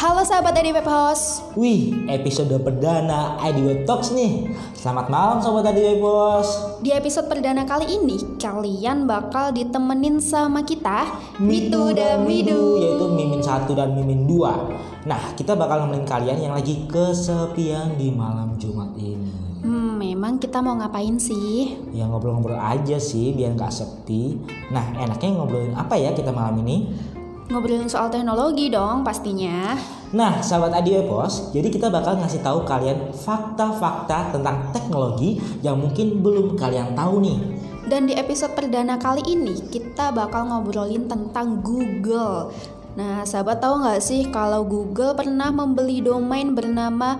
Halo sahabat ID Web Host. Wih, episode perdana ID Web Talks nih. Selamat malam sobat ID Web Host. Di episode perdana kali ini, kalian bakal ditemenin sama kita Mitu dan Midu, yaitu Mimin 1 dan Mimin 2. Nah, kita bakal nemenin kalian yang lagi kesepian di malam Jumat ini. Memang kita mau ngapain sih? Ya ngobrol-ngobrol aja sih biar gak sepi. Nah, enaknya ngobrolin apa ya kita malam ini? Ngobrolin soal teknologi dong pastinya. Nah, sahabat ID Web Host, jadi kita bakal ngasih tahu kalian fakta-fakta tentang teknologi yang mungkin belum kalian tahu nih. Dan di episode perdana kali ini kita bakal ngobrolin tentang Google. Nah, sahabat tahu nggak sih kalau Google pernah membeli domain bernama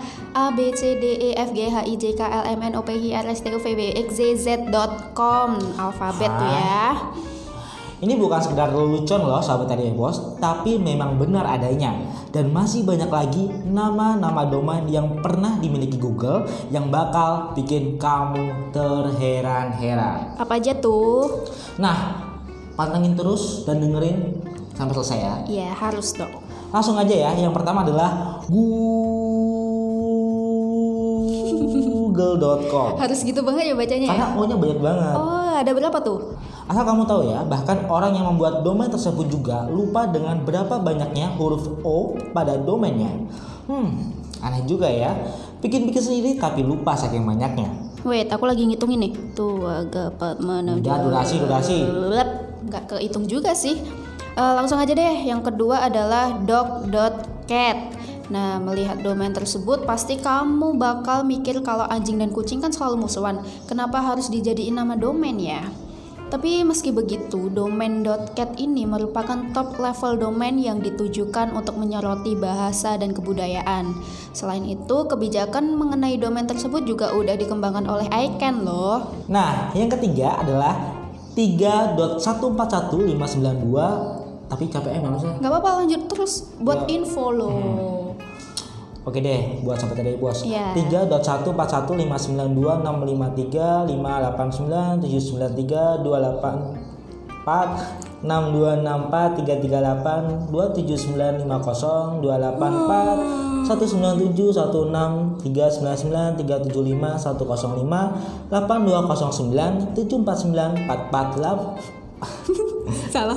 abcdefghiJklmnophrstuvxzz.com alfabet tuh ya. Ini bukan sekedar lelucon loh sahabat ID Web Host, tapi memang benar adanya. Dan masih banyak lagi nama-nama domain yang pernah dimiliki Google yang bakal bikin kamu terheran-heran. Apa aja tuh? Nah, pantengin terus dan dengerin sampai selesai ya. Iya, harus dong. Langsung aja ya, yang pertama adalah google.com. Harus gitu banget ya bacanya Karena ya? O-nya banyak banget. Oh, ada berapa tuh? Asal kamu tahu ya, bahkan orang yang membuat domain tersebut juga lupa dengan berapa banyaknya huruf O pada domainnya. Aneh juga ya. Bikin-bikin sendiri tapi lupa saking banyaknya. Wait, aku lagi ngitungin nih. Tuh, agak mana? Udah, durasi. Nggak kehitung juga sih. Langsung aja deh. Yang kedua adalah dog.cat. Nah, melihat domain tersebut pasti kamu bakal mikir kalau anjing dan kucing kan selalu musuhan. Kenapa harus dijadiin nama domain ya? Tapi meski begitu, domain.cat ini merupakan top level domain yang ditujukan untuk menyoroti bahasa dan kebudayaan. Selain itu, kebijakan mengenai domain tersebut juga udah dikembangkan oleh ICANN loh. Nah, yang ketiga adalah 3.141.592, tapi capek maksudnya. Gak apa-apa, lanjut terus buat info loh. Oke deh, buat sampai tadi bos. Yeah. 3, 21, 592, 593, 58, 62, 63, 28, 1993, 284, 197, 106, 39, 335, 105, 821, Salah.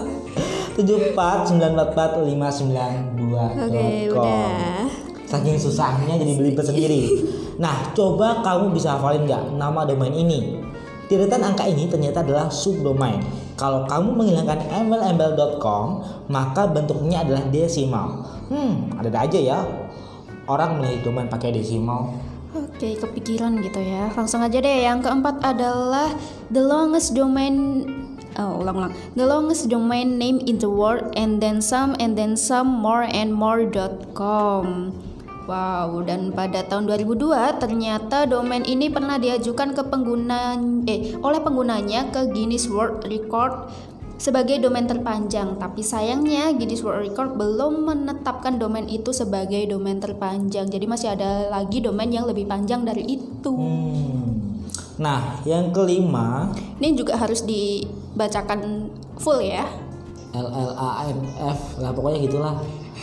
74945922. Oke, udah. Saking susahnya jadi belibet sendiri. Nah, coba kamu bisa hafalin nggak nama domain ini? Deretan angka ini ternyata adalah subdomain. Kalau kamu menghilangkan embel-embel.com, maka bentuknya adalah desimal. Ada aja ya orang milih domain pakai desimal. Oke, kepikiran gitu ya. Langsung aja deh. Yang keempat adalah the longest domain The longest domain name in the world and then some more and more.com. Wow, dan pada tahun 2002 ternyata domain ini pernah diajukan ke oleh penggunanya ke Guinness World Record sebagai domain terpanjang. Tapi sayangnya Guinness World Record belum menetapkan domain itu sebagai domain terpanjang. Jadi masih ada lagi domain yang lebih panjang dari itu. Nah, yang kelima, ini juga harus dibacakan full ya. LLANF lah pokoknya gitulah.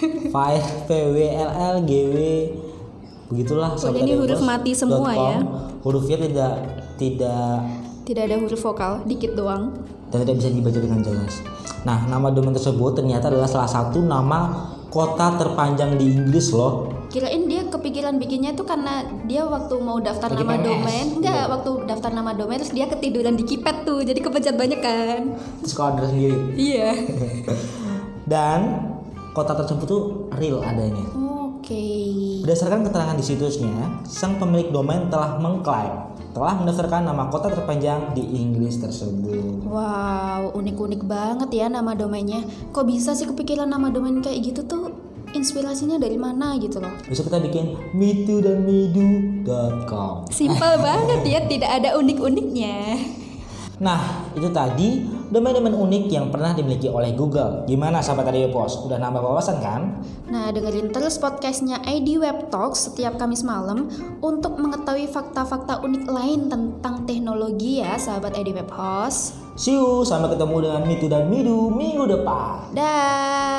PWLLGW begitulah. Pokoknya ini huruf mati semua ya. Hurufnya tidak ada huruf vokal, dikit doang. Dan tidak bisa dibaca dengan jelas. Nah, nama domain tersebut ternyata adalah salah satu nama kota terpanjang di Inggris loh. Kirain dia kepikiran bikinnya tuh karena dia waktu mau daftar nama domain, waktu daftar nama domain terus dia ketiduran di keypad tuh, jadi kepencet banyak kan. Terus order sendiri. Iya. Dan kota tersebut tuh real adanya. Oke. Berdasarkan keterangan di situsnya, sang pemilik domain telah mengklaim telah mendaftarkan nama kota terpanjang di Inggris tersebut. Wow, unik-unik banget ya nama domainnya. Kok bisa sih kepikiran nama domain kayak gitu tuh? Inspirasinya dari mana gitu loh? Besok kita bikin mitudanmidu.com. Simpel banget ya, tidak ada unik-uniknya. Nah, itu tadi domain-domain unik yang pernah dimiliki oleh Google. Gimana sahabat ID Web Host? Udah nambah wawasan kan? Nah, dengerin terus podcastnya ID Web Talks setiap Kamis malam untuk mengetahui fakta-fakta unik lain tentang teknologi ya sahabat ID Web Host. See you, sampai ketemu dengan Mitu dan Midu minggu depan. Dah.